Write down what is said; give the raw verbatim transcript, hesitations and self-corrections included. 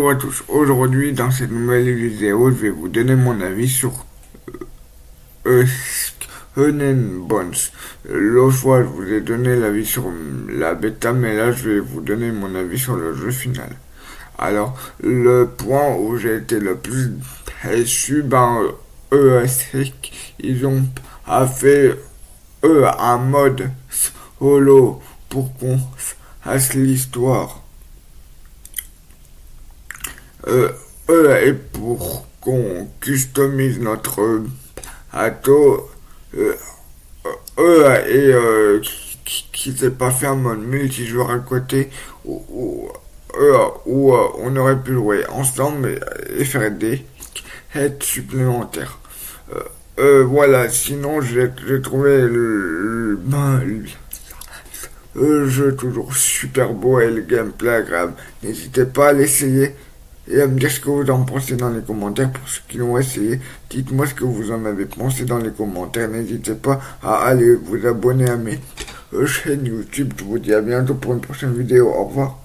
Bonjour à tous, aujourd'hui dans cette nouvelle vidéo je vais vous donner mon avis sur euh, Skull and Bones. L'autre fois je vous ai donné l'avis sur la bêta, mais là je vais vous donner mon avis sur le jeu final. Alors le point où j'ai été le plus déçu, ben eux c'est qu'ils ont a fait eux un mode solo pour qu'on fasse l'histoire. Euh, euh, et pour qu'on customise notre bateau, euh, euh, et euh, qui, qui s'est pas fait un mode multijoueur à côté où, où, euh, où euh, on aurait pu jouer ensemble et, et faire des quêtes supplémentaires. Euh, euh, voilà, sinon j'ai trouvé le, le, ben, le, le jeu toujours super beau et le gameplay agréable. N'hésitez pas à l'essayer et à me dire ce que vous en pensez dans les commentaires. Pour ceux qui l'ont essayé, dites-moi ce que vous en avez pensé dans les commentaires. N'hésitez pas à aller vous abonner à mes chaînes YouTube. Je vous dis à bientôt pour une prochaine vidéo. Au revoir.